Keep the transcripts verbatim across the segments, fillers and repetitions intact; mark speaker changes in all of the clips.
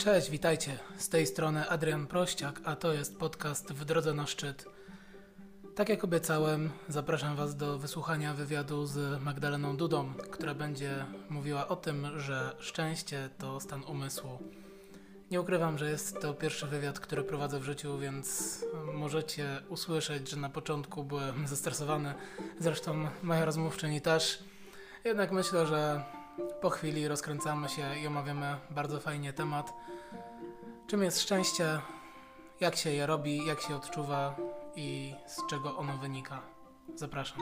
Speaker 1: Cześć, witajcie. Z tej strony Adrian Prościak, a to jest podcast W drodze na szczyt. Tak jak obiecałem, zapraszam Was do wysłuchania wywiadu z Magdaleną Dudą, która będzie mówiła o tym, że szczęście to stan umysłu. Nie ukrywam, że jest to pierwszy wywiad, który prowadzę w życiu, więc możecie usłyszeć, że na początku byłem zestresowany. Zresztą moja rozmówczyni też. Jednak myślę, że po chwili rozkręcamy się i omawiamy bardzo fajnie temat. Czym jest szczęście, jak się je robi, jak się odczuwa i z czego ono wynika. Zapraszam.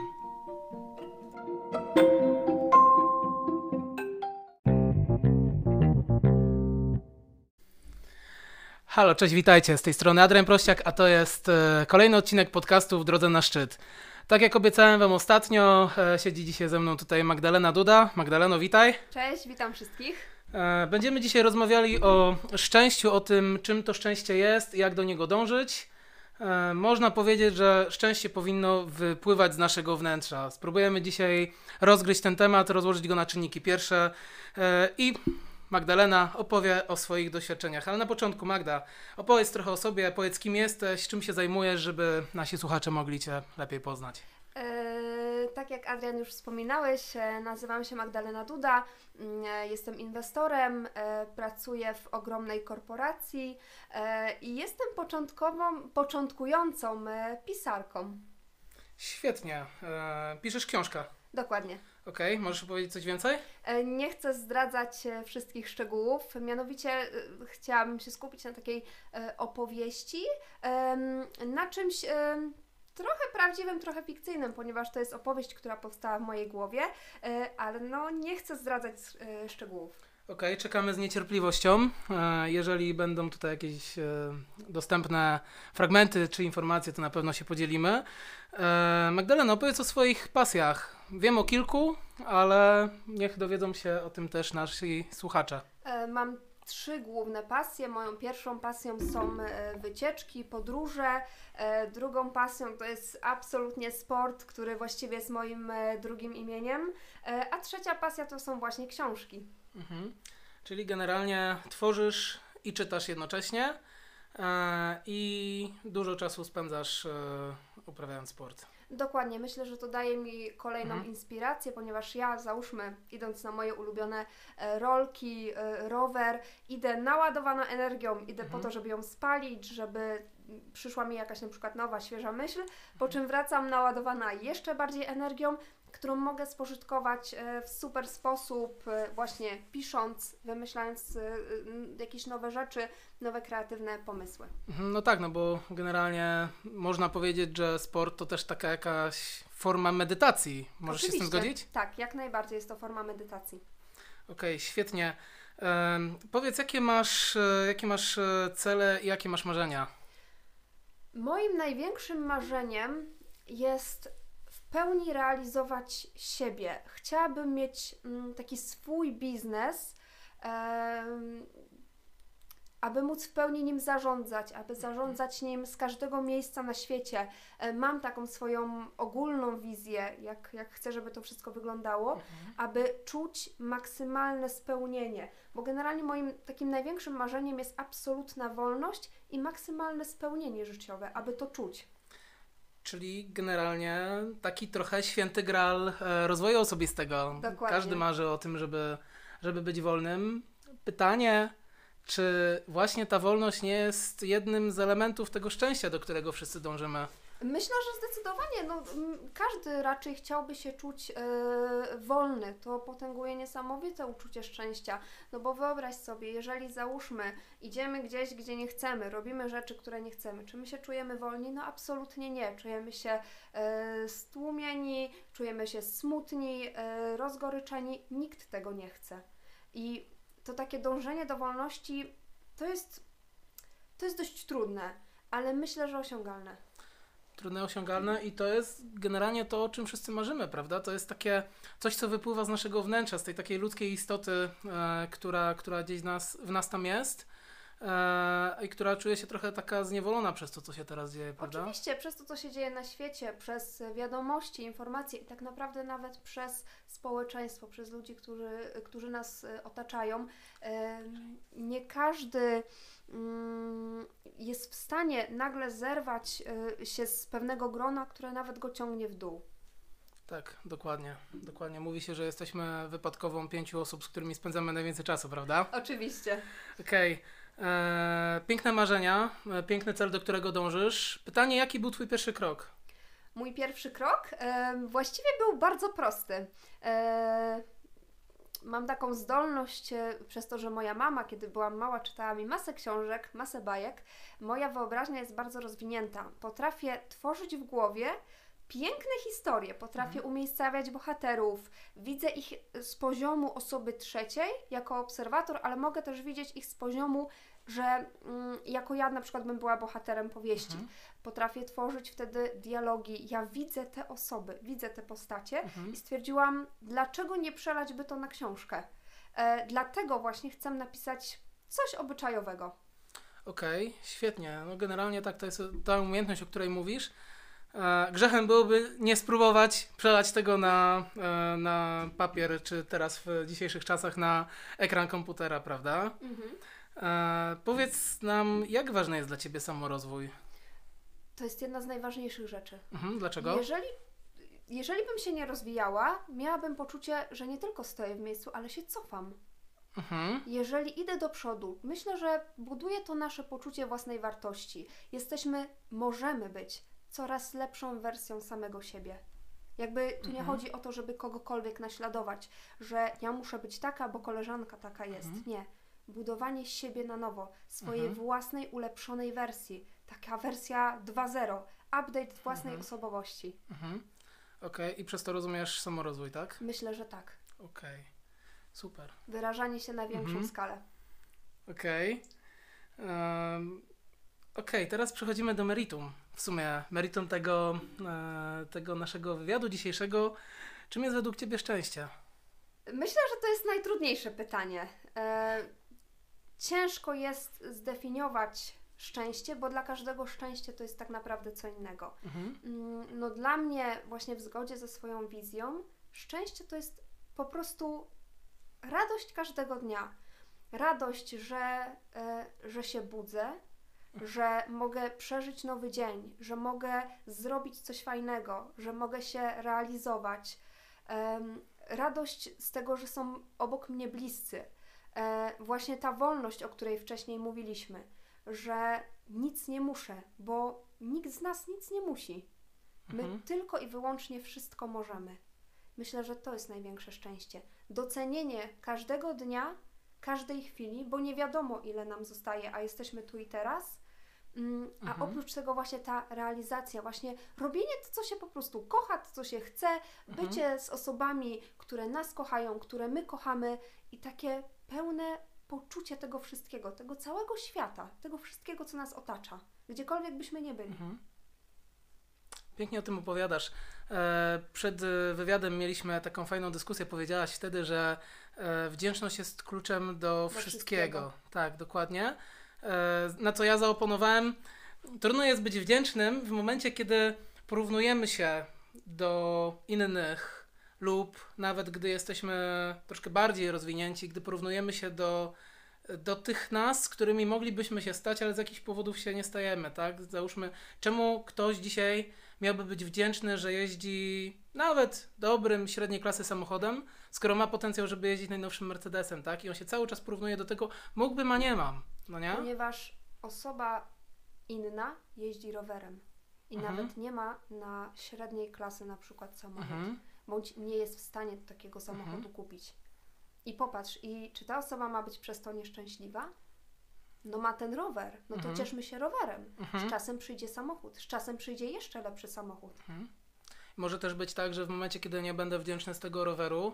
Speaker 1: Halo, cześć, witajcie. Z tej strony Adrian Prościak, a to jest e, kolejny odcinek podcastu W drodze na szczyt. Tak jak obiecałem Wam ostatnio, e, siedzi dzisiaj ze mną tutaj Magdalena Duda. Magdaleno, witaj.
Speaker 2: Cześć, witam wszystkich.
Speaker 1: E, będziemy dzisiaj rozmawiali o szczęściu, o tym, czym to szczęście jest i jak do niego dążyć. E, można powiedzieć, że szczęście powinno wypływać z naszego wnętrza. Spróbujemy dzisiaj rozgryźć ten temat, rozłożyć go na czynniki pierwsze e, i Magdalena opowie o swoich doświadczeniach. Ale na początku, Magda, opowiedz trochę o sobie, powiedz, kim jesteś, czym się zajmujesz, żeby nasi słuchacze mogli Cię lepiej poznać.
Speaker 2: Yy, tak jak Adrian już wspominałeś, e, nazywam się Magdalena Duda, e, jestem inwestorem, e, pracuję w ogromnej korporacji e, i jestem początkową, początkującą e, pisarką.
Speaker 1: Świetnie. E, piszesz książkę.
Speaker 2: Dokładnie.
Speaker 1: Okej, okay, możesz powiedzieć coś więcej?
Speaker 2: E, nie chcę zdradzać e, wszystkich szczegółów, mianowicie e, chciałabym się skupić na takiej e, opowieści, e, na czymś e, trochę prawdziwym, trochę fikcyjnym, ponieważ to jest opowieść, która powstała w mojej głowie, e, ale no nie chcę zdradzać e, szczegółów.
Speaker 1: Okej, okay, czekamy z niecierpliwością. E, jeżeli będą tutaj jakieś e, dostępne fragmenty czy informacje, to na pewno się podzielimy. E, Magdaleno, opowiedz o swoich pasjach. Wiem o kilku, ale niech dowiedzą się o tym też nasi słuchacze.
Speaker 2: E, mam trzy główne pasje. Moją pierwszą pasją są e, wycieczki, podróże. E, drugą pasją to jest absolutnie sport, który właściwie jest moim e, drugim imieniem. E, a trzecia pasja to są właśnie książki.
Speaker 1: Mhm. Czyli generalnie tworzysz i czytasz jednocześnie e, i dużo czasu spędzasz e, uprawiając sport.
Speaker 2: Dokładnie, myślę, że to daje mi kolejną
Speaker 1: mhm.
Speaker 2: inspirację, ponieważ ja, załóżmy, idąc na moje ulubione e, rolki, e, rower, idę naładowana energią, idę
Speaker 1: mhm.
Speaker 2: po to, żeby ją spalić, żeby przyszła mi jakaś na przykład nowa, świeża myśl, po czym wracam naładowana jeszcze bardziej energią, którą mogę spożytkować w super sposób, właśnie pisząc, wymyślając jakieś nowe rzeczy, nowe kreatywne pomysły.
Speaker 1: No tak, no bo generalnie można powiedzieć, że sport to też taka jakaś forma medytacji. Możesz
Speaker 2: Oczywiście,
Speaker 1: się z tym zgodzić?
Speaker 2: Tak, jak najbardziej jest to forma medytacji.
Speaker 1: Okej, okay, świetnie. Um, powiedz, jakie masz, jakie masz cele i jakie masz marzenia?
Speaker 2: Moim największym marzeniem jest w pełni realizować siebie. Chciałabym mieć mm, taki swój biznes, um, aby móc w pełni nim zarządzać, aby zarządzać nim z każdego miejsca na świecie. E, mam taką swoją ogólną wizję, jak, jak chcę, żeby to wszystko wyglądało, mhm. aby czuć maksymalne spełnienie, bo generalnie moim takim największym marzeniem jest absolutna wolność i maksymalne spełnienie życiowe, aby to czuć.
Speaker 1: Czyli generalnie taki trochę święty graal rozwoju osobistego.
Speaker 2: Dokładnie.
Speaker 1: Każdy marzy o tym, żeby, żeby być wolnym. Pytanie, czy właśnie ta wolność nie jest jednym z elementów tego szczęścia, do którego wszyscy dążymy?
Speaker 2: Myślę, że zdecydowanie. No, każdy raczej chciałby się czuć yy, wolny. To potęguje niesamowite uczucie szczęścia. No bo wyobraź sobie, jeżeli załóżmy, idziemy gdzieś, gdzie nie chcemy, robimy rzeczy, które nie chcemy. Czy my się czujemy wolni? No absolutnie nie. Czujemy się yy, stłumieni, czujemy się smutni, yy, rozgoryczeni. Nikt tego nie chce. I to takie dążenie do wolności to jest, to jest dość trudne, ale myślę, że osiągalne.
Speaker 1: Trudne, osiągalne i to jest generalnie to, o czym wszyscy marzymy, prawda? To jest takie coś, co wypływa z naszego wnętrza, z tej takiej ludzkiej istoty, e, która, która gdzieś nas, w nas tam jest. e, i która czuje się trochę taka zniewolona przez to, co się teraz dzieje, prawda?
Speaker 2: Oczywiście, przez to, co się dzieje na świecie, przez wiadomości, informacje i tak naprawdę nawet przez społeczeństwo, przez ludzi, którzy, którzy nas e, otaczają. E, nie każdy mm, jest w stanie nagle zerwać e, się z pewnego grona, które nawet go ciągnie w dół.
Speaker 1: Tak, dokładnie. Dokładnie. Mówi się, że jesteśmy wypadkową pięciu osób, z którymi spędzamy najwięcej czasu, prawda?
Speaker 2: Oczywiście.
Speaker 1: Okej. E, Piękne marzenia, e, piękny cel, do którego dążysz. Pytanie, jaki był twój pierwszy krok?
Speaker 2: Mój pierwszy krok e, właściwie był bardzo prosty. E, mam taką zdolność, e, przez to, że moja mama, kiedy byłam mała, czytała mi masę książek, masę bajek. Moja wyobraźnia jest bardzo rozwinięta. Potrafię tworzyć w głowie piękne historie, potrafię
Speaker 1: Mhm.
Speaker 2: umiejscawiać bohaterów, widzę ich z poziomu osoby trzeciej jako obserwator, ale mogę też widzieć ich z poziomu, że mm, jako ja na przykład bym była bohaterem powieści.
Speaker 1: Mhm.
Speaker 2: Potrafię tworzyć wtedy dialogi. Ja widzę te osoby, widzę te postacie
Speaker 1: Mhm.
Speaker 2: i stwierdziłam, dlaczego nie przelać by to na książkę. E, dlatego właśnie chcę napisać coś obyczajowego.
Speaker 1: Okej, świetnie. No generalnie tak, to jest ta umiejętność, o której mówisz. E, grzechem byłoby nie spróbować przelać tego na, e, na papier, czy teraz w dzisiejszych czasach na ekran komputera, prawda?
Speaker 2: Mhm.
Speaker 1: E, powiedz nam, jak ważny jest dla Ciebie samorozwój?
Speaker 2: To jest jedna z najważniejszych rzeczy.
Speaker 1: Mhm, dlaczego?
Speaker 2: Jeżeli, jeżeli bym się nie rozwijała, miałabym poczucie, że nie tylko stoję w miejscu, ale się cofam.
Speaker 1: Mhm,
Speaker 2: Jeżeli idę do przodu, myślę, że buduje to nasze poczucie własnej wartości. Jesteśmy, możemy być coraz lepszą wersją samego siebie. Jakby tu nie
Speaker 1: Mhm.
Speaker 2: chodzi o to, żeby kogokolwiek naśladować, że ja muszę być taka, bo koleżanka taka jest.
Speaker 1: Mhm.
Speaker 2: Nie. Budowanie siebie na nowo, swojej
Speaker 1: Mhm.
Speaker 2: własnej, ulepszonej wersji. Taka wersja dwa zero. Update własnej
Speaker 1: Mhm.
Speaker 2: osobowości.
Speaker 1: mhm. Okej, i przez to rozumiesz samorozwój, tak?
Speaker 2: Myślę, że tak.
Speaker 1: Okej, super.
Speaker 2: Wyrażanie się na większą
Speaker 1: Mhm.
Speaker 2: skalę.
Speaker 1: Okej. Em, Okej, teraz przechodzimy do meritum. W sumie meritum tego, e, tego naszego wywiadu dzisiejszego. Czym jest według Ciebie szczęście?
Speaker 2: Myślę, że to jest najtrudniejsze pytanie. E, ciężko jest zdefiniować szczęście, bo dla każdego szczęście to jest tak naprawdę co innego.
Speaker 1: Mhm.
Speaker 2: Mm, No dla mnie właśnie w zgodzie ze swoją wizją szczęście to jest po prostu radość każdego dnia. Radość, że, e, że się budzę, że mogę przeżyć nowy dzień, że mogę zrobić coś fajnego, że mogę się realizować. Em, radość z tego, że są obok mnie bliscy. E, właśnie ta wolność, o której wcześniej mówiliśmy, że nic nie muszę, bo nikt z nas nic nie musi. My
Speaker 1: Mhm.
Speaker 2: tylko i wyłącznie wszystko możemy. Myślę, że to jest największe szczęście. Docenienie każdego dnia, każdej chwili, bo nie wiadomo, ile nam zostaje, a jesteśmy tu i teraz. Mm, A
Speaker 1: Mhm.
Speaker 2: oprócz tego właśnie ta realizacja, właśnie robienie to, co się po prostu kocha, to, co się chce,
Speaker 1: Mhm.
Speaker 2: bycie z osobami, które nas kochają, które my kochamy i takie pełne poczucie tego wszystkiego, tego całego świata, tego wszystkiego, co nas otacza, gdziekolwiek byśmy nie byli.
Speaker 1: Mhm. Pięknie o tym opowiadasz. E, Przed e, wywiadem mieliśmy taką fajną dyskusję. Powiedziałaś wtedy, że e, wdzięczność jest kluczem do wszystkiego.
Speaker 2: wszystkiego.
Speaker 1: Tak, dokładnie. E, Na co ja zaoponowałem. Trudno jest być wdzięcznym w momencie, kiedy porównujemy się do innych lub nawet gdy jesteśmy troszkę bardziej rozwinięci, gdy porównujemy się do, do tych nas, którymi moglibyśmy się stać, ale z jakichś powodów się nie stajemy, tak? Załóżmy, czemu ktoś dzisiaj miałby być wdzięczny, że jeździ nawet dobrym, średniej klasy samochodem, skoro ma potencjał, żeby jeździć najnowszym Mercedesem, tak? I on się cały czas porównuje do tego, mógłbym, a nie mam, no nie?
Speaker 2: Ponieważ osoba inna jeździ rowerem i
Speaker 1: Mhm.
Speaker 2: nawet nie ma na średniej klasy na przykład samochód,
Speaker 1: Mhm.
Speaker 2: bądź nie jest w stanie takiego samochodu
Speaker 1: Mhm.
Speaker 2: kupić. I popatrz, i czy ta osoba ma być przez to nieszczęśliwa? No ma ten rower, no to
Speaker 1: Mhm.
Speaker 2: cieszmy się rowerem.
Speaker 1: Mhm.
Speaker 2: Z czasem przyjdzie samochód, z czasem przyjdzie jeszcze lepszy samochód.
Speaker 1: Może też być tak, że w momencie, kiedy nie będę wdzięczny z tego roweru,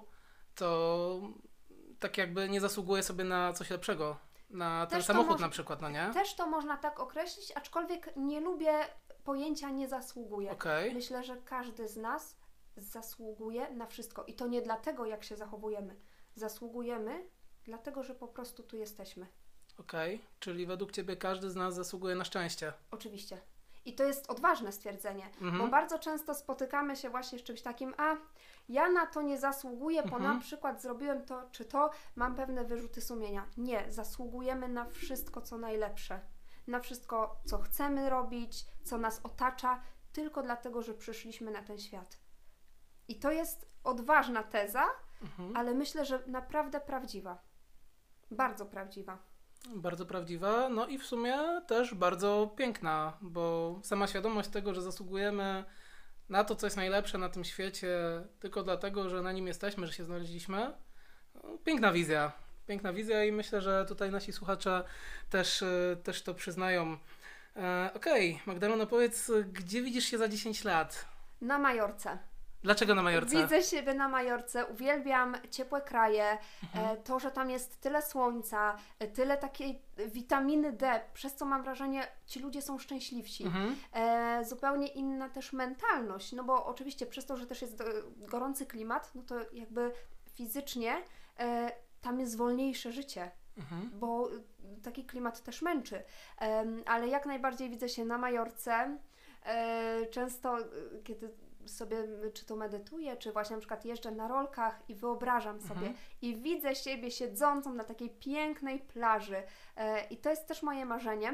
Speaker 1: to tak jakby nie zasługuję sobie na coś lepszego. Na ten
Speaker 2: Też to
Speaker 1: samochód
Speaker 2: moż-
Speaker 1: na przykład, no nie?
Speaker 2: Też to można tak określić, aczkolwiek nie lubię pojęcia nie zasługuje.
Speaker 1: Okej.
Speaker 2: Myślę, że każdy z nas zasługuje na wszystko. I to nie dlatego, jak się zachowujemy. Zasługujemy, dlatego, że po prostu tu jesteśmy.
Speaker 1: Okej, czyli według Ciebie każdy z nas zasługuje na szczęście.
Speaker 2: Oczywiście. I to jest odważne stwierdzenie,
Speaker 1: Mhm.
Speaker 2: bo bardzo często spotykamy się właśnie z czymś takim, a ja na to nie zasługuję, bo
Speaker 1: Mhm.
Speaker 2: na przykład zrobiłem to czy to, mam pewne wyrzuty sumienia. Nie, zasługujemy na wszystko, co najlepsze. Na wszystko, co chcemy robić, co nas otacza, tylko dlatego, że przyszliśmy na ten świat. I to jest odważna teza,
Speaker 1: Mhm.
Speaker 2: ale myślę, że naprawdę prawdziwa. Bardzo prawdziwa.
Speaker 1: Bardzo prawdziwa, no i w sumie też bardzo piękna, bo sama świadomość tego, że zasługujemy na to, co jest najlepsze na tym świecie, tylko dlatego, że na nim jesteśmy, że się znaleźliśmy, no, piękna wizja. Piękna wizja i myślę, że tutaj nasi słuchacze też, e, też to przyznają. E, Okej, Magdalena, powiedz, gdzie widzisz się za dziesięć lat?
Speaker 2: Na Majorce.
Speaker 1: Dlaczego na Majorce?
Speaker 2: Widzę siebie na Majorce, uwielbiam ciepłe kraje,
Speaker 1: Mhm.
Speaker 2: e, to, że tam jest tyle słońca, e, tyle takiej witaminy D, przez co mam wrażenie, ci ludzie są szczęśliwsi.
Speaker 1: Mhm.
Speaker 2: E, zupełnie inna też mentalność, no bo oczywiście przez to, że też jest e, gorący klimat, no to jakby fizycznie e, tam jest wolniejsze życie.
Speaker 1: Mhm.
Speaker 2: Bo y, taki klimat też męczy. Em, ale jak najbardziej widzę się na Majorce. E, często, y, kiedy sobie y, czy to medytuję, czy właśnie na przykład jeżdżę na rolkach i wyobrażam sobie
Speaker 1: Mhm.
Speaker 2: i widzę siebie siedzącą na takiej pięknej plaży. E, I to jest też moje marzenie.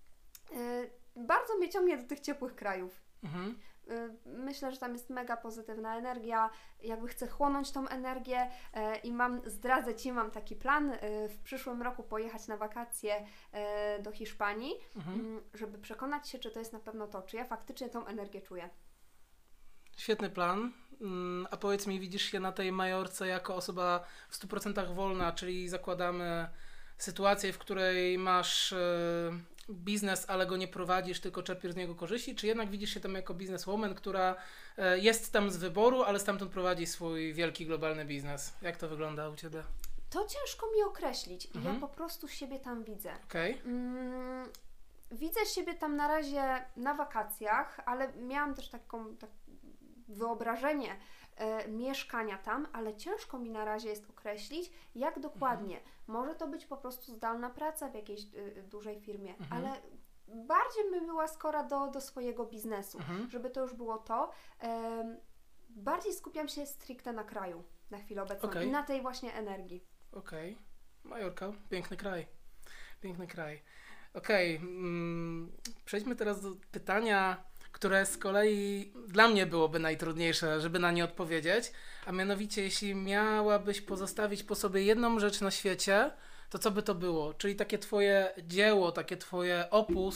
Speaker 2: E, bardzo mnie ciągnie do tych ciepłych krajów.
Speaker 1: Mhm.
Speaker 2: Y, Myślę, że tam jest mega pozytywna energia, jakby chcę chłonąć tą energię e, i mam, zdradzę Ci, mam taki plan, e, w przyszłym roku pojechać na wakacje e, do Hiszpanii,
Speaker 1: Mhm.
Speaker 2: m, żeby przekonać się, czy to jest na pewno to, czy ja faktycznie tą energię czuję.
Speaker 1: Świetny plan. Mm, A powiedz mi, widzisz się na tej Majorce jako osoba w stu procentach wolna, czyli zakładamy sytuację, w której masz e, biznes, ale go nie prowadzisz, tylko czerpiesz z niego korzyści, czy jednak widzisz się tam jako bizneswoman, która e, jest tam z wyboru, ale stamtąd prowadzi swój wielki globalny biznes? Jak to wygląda u Ciebie?
Speaker 2: To ciężko mi określić i
Speaker 1: Mhm.
Speaker 2: ja po prostu siebie tam widzę.
Speaker 1: Okej.
Speaker 2: Mm, widzę siebie tam na razie na wakacjach, ale miałam też taką tak wyobrażenie e, mieszkania tam, ale ciężko mi na razie jest określić, jak dokładnie. Może to być po prostu zdalna praca w jakiejś y, dużej firmie,
Speaker 1: Mhm.
Speaker 2: ale bardziej bym była skora do, do swojego biznesu,
Speaker 1: Mhm.
Speaker 2: żeby to już było to. Em, bardziej skupiam się stricte na kraju na chwilę obecną
Speaker 1: Okej.
Speaker 2: i na tej właśnie energii.
Speaker 1: Okej. Majorka, piękny kraj. Piękny kraj. Okej, mm, przejdźmy teraz do pytania, które z kolei dla mnie byłoby najtrudniejsze, żeby na nie odpowiedzieć. A mianowicie, jeśli miałabyś pozostawić po sobie jedną rzecz na świecie, to co by to było? Czyli takie twoje dzieło, takie twoje opus,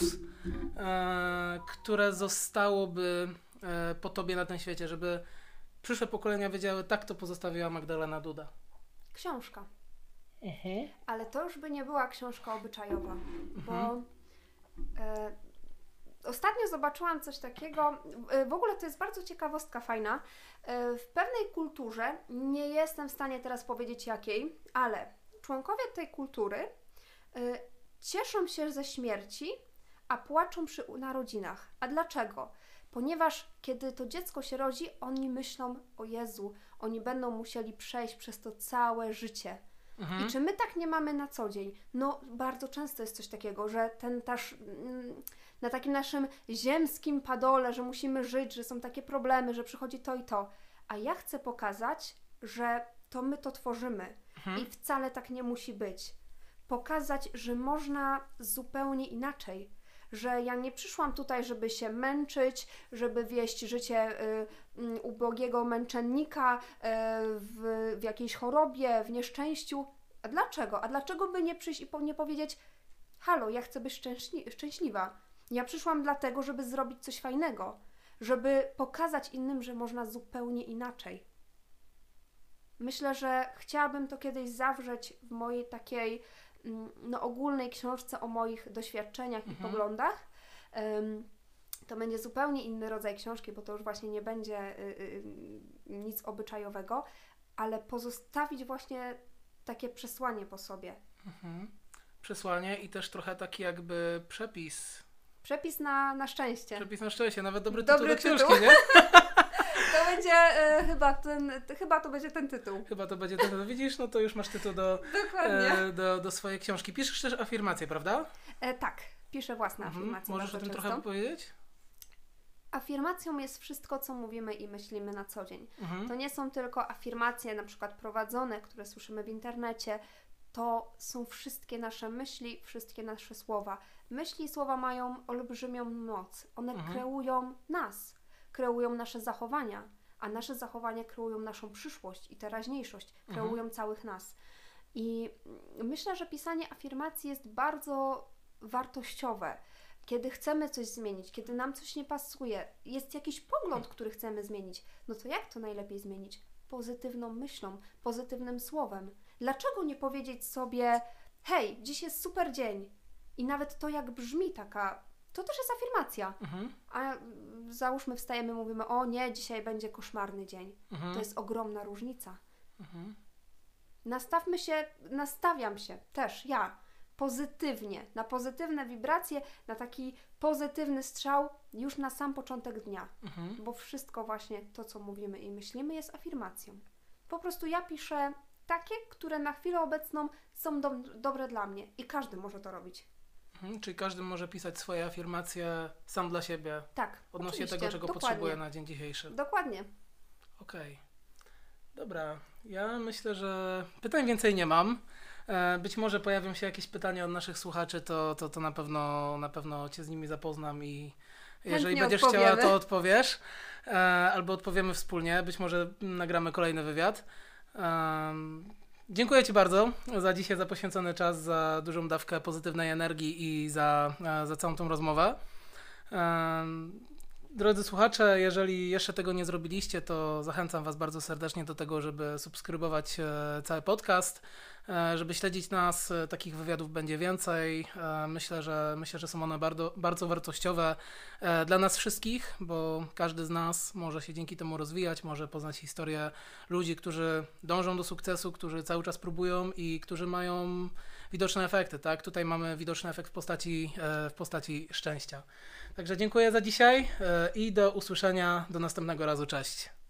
Speaker 1: e, które zostałoby e, po tobie na tym świecie, żeby przyszłe pokolenia wiedziały, tak to pozostawiła Magdalena Duda.
Speaker 2: Książka.
Speaker 1: Mhm.
Speaker 2: Ale to już by nie była książka obyczajowa, bo
Speaker 1: Mhm.
Speaker 2: e, ostatnio zobaczyłam coś takiego, e, w ogóle to jest bardzo ciekawostka fajna. E, w pewnej kulturze, nie jestem w stanie teraz powiedzieć jakiej, ale członkowie tej kultury e, cieszą się ze śmierci, a płaczą przy narodzinach. A dlaczego? Ponieważ kiedy to dziecko się rodzi, oni myślą, o Jezu, oni będą musieli przejść przez to całe życie.
Speaker 1: Mhm.
Speaker 2: I czy my tak nie mamy na co dzień? No, bardzo często jest coś takiego, że ten też mm, na takim naszym ziemskim padole, że musimy żyć, że są takie problemy, że przychodzi to i to. A ja chcę pokazać, że to my to tworzymy
Speaker 1: Mhm.
Speaker 2: i wcale tak nie musi być. Pokazać, że można zupełnie inaczej. Że ja nie przyszłam tutaj, żeby się męczyć, żeby wieść życie y, y, ubogiego męczennika y, w, w jakiejś chorobie, w nieszczęściu. A dlaczego? A dlaczego by nie przyjść i po, nie powiedzieć, halo, ja chcę być szczęśli- szczęśliwa. Ja przyszłam dlatego, żeby zrobić coś fajnego, żeby pokazać innym, że można zupełnie inaczej. Myślę, że chciałabym to kiedyś zawrzeć w mojej takiej no, ogólnej książce o moich doświadczeniach
Speaker 1: Mhm.
Speaker 2: i poglądach. Um, to będzie zupełnie inny rodzaj książki, bo to już właśnie nie będzie y, y, nic obyczajowego, ale pozostawić właśnie takie przesłanie po sobie.
Speaker 1: Mhm. Przesłanie i też trochę taki jakby przepis.
Speaker 2: Przepis na, na szczęście.
Speaker 1: Przepis na szczęście, nawet dobry,
Speaker 2: Dobry
Speaker 1: tytuł do
Speaker 2: tytuł.
Speaker 1: książki, nie?
Speaker 2: To będzie e, chyba ten, chyba to będzie ten tytuł.
Speaker 1: Chyba to będzie ten tytuł. Widzisz, no to już masz tytuł do,
Speaker 2: Dokładnie.
Speaker 1: e, do, do swojej książki. Piszesz też afirmacje, prawda?
Speaker 2: E, tak, piszę własne
Speaker 1: Mhm.
Speaker 2: afirmacje.
Speaker 1: Możesz o tym
Speaker 2: często.
Speaker 1: trochę powiedzieć?
Speaker 2: Afirmacją jest wszystko, co mówimy i myślimy na co dzień.
Speaker 1: Mhm.
Speaker 2: To nie są tylko afirmacje na przykład prowadzone, które słyszymy w internecie. To są wszystkie nasze myśli, wszystkie nasze słowa. Myśli i słowa mają olbrzymią moc. One
Speaker 1: Mhm.
Speaker 2: kreują nas, kreują nasze zachowania, a nasze zachowania kreują naszą przyszłość i teraźniejszość, kreują
Speaker 1: Mhm.
Speaker 2: całych nas. I myślę, że pisanie afirmacji jest bardzo wartościowe. Kiedy chcemy coś zmienić, kiedy nam coś nie pasuje, jest jakiś pogląd, który chcemy zmienić, no to jak to najlepiej zmienić? Pozytywną myślą, pozytywnym słowem. Dlaczego nie powiedzieć sobie, hej, dziś jest super dzień i nawet to jak brzmi taka, to też jest afirmacja.
Speaker 1: Mhm.
Speaker 2: A mm, załóżmy wstajemy, mówimy, o nie, dzisiaj będzie koszmarny dzień.
Speaker 1: Mhm.
Speaker 2: To jest ogromna różnica.
Speaker 1: Mhm.
Speaker 2: Nastawmy się, nastawiam się też ja pozytywnie, na pozytywne wibracje, na taki pozytywny strzał już na sam początek dnia,
Speaker 1: Mhm.
Speaker 2: bo wszystko właśnie to, co mówimy i myślimy, jest afirmacją. Po prostu ja piszę takie, które na chwilę obecną są do, dobre dla mnie i każdy może to robić.
Speaker 1: Mhm. Czyli każdy może pisać swoje afirmacje sam dla siebie
Speaker 2: Tak,
Speaker 1: odnośnie
Speaker 2: oczywiście,
Speaker 1: tego, czego
Speaker 2: dokładnie.
Speaker 1: potrzebuje na dzień dzisiejszy.
Speaker 2: Dokładnie.
Speaker 1: Okej. Dobra, ja myślę, że pytań więcej nie mam. E, Być może pojawią się jakieś pytania od naszych słuchaczy, to, to, to na pewno na pewno Cię z nimi zapoznam i jeżeli
Speaker 2: Chętnie
Speaker 1: będziesz
Speaker 2: odpowiemy.
Speaker 1: chciała, to odpowiesz. E, Albo odpowiemy wspólnie, być może nagramy kolejny wywiad. Em, Dziękuję Ci bardzo za dzisiaj, za poświęcony czas, za dużą dawkę pozytywnej energii i za, e, za całą tą rozmowę. Em, Drodzy słuchacze, jeżeli jeszcze tego nie zrobiliście, to zachęcam Was bardzo serdecznie do tego, żeby subskrybować e, cały podcast, e, żeby śledzić nas. E, Takich wywiadów będzie więcej. E, Myślę, że myślę, że są one bardzo, bardzo wartościowe e, dla nas wszystkich, bo każdy z nas może się dzięki temu rozwijać, może poznać historię ludzi, którzy dążą do sukcesu, którzy cały czas próbują i którzy mają widoczne efekty. Tak? Tutaj mamy widoczny efekt w postaci, e, w postaci szczęścia. Także dziękuję za dzisiaj e, i do usłyszenia do następnego razu. Cześć.